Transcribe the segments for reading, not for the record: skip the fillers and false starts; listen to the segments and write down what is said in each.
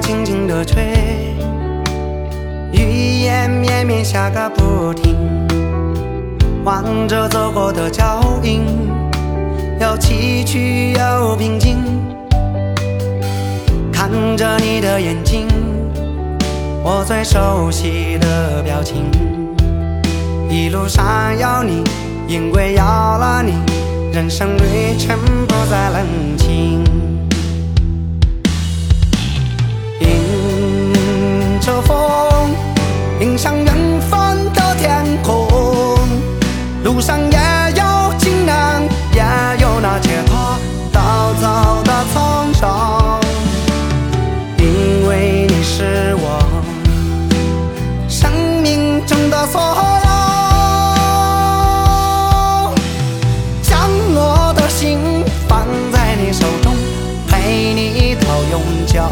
轻轻地吹，语言绵绵下个不停，望着走过的脚印，有崎岖有平静，看着你的眼睛，我最熟悉的表情。一路上有你，因为有了你，人生旅程不再冷清。迎着风，迎向远方的天空，路上也有惊难，也有那解脱到走的从容。因为你是我生命中的所有，将我的心放在你手中，陪你到永久。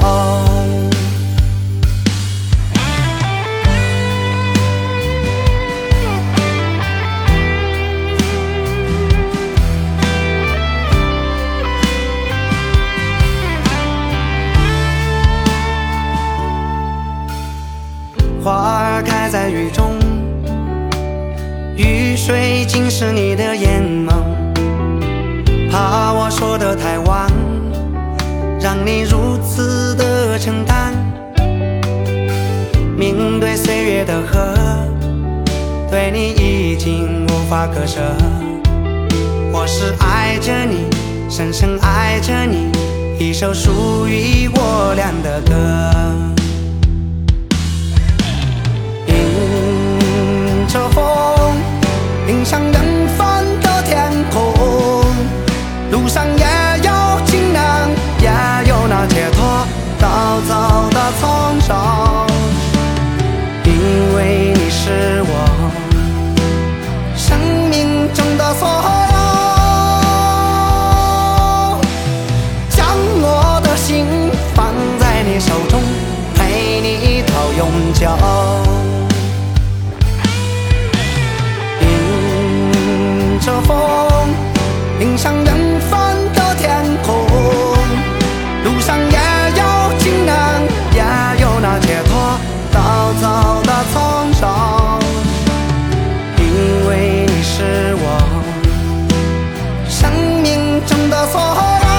花儿开在雨中，雨水浸湿你的眼眸，怕我说得太晚，让你如此的承担。面对岁月的河，对你已经无法割舍。我是爱着你，深深爱着你，一首属于我俩的歌。迎着风，迎向远方的天空，路上也有惊难，也有那解脱到走的从容。因为你是我生命中的所有，将我的心放在你手中，陪你到永久。迎着风，迎向远方的天空，路上也有惊难，也有那解脱到走的从容。因为你是我生命中的所有，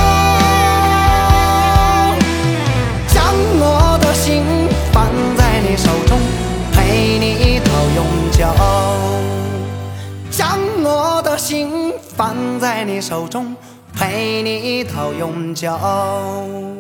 将我的心放在你手中，陪你到永久。将我的心放在你手中，陪你到永久。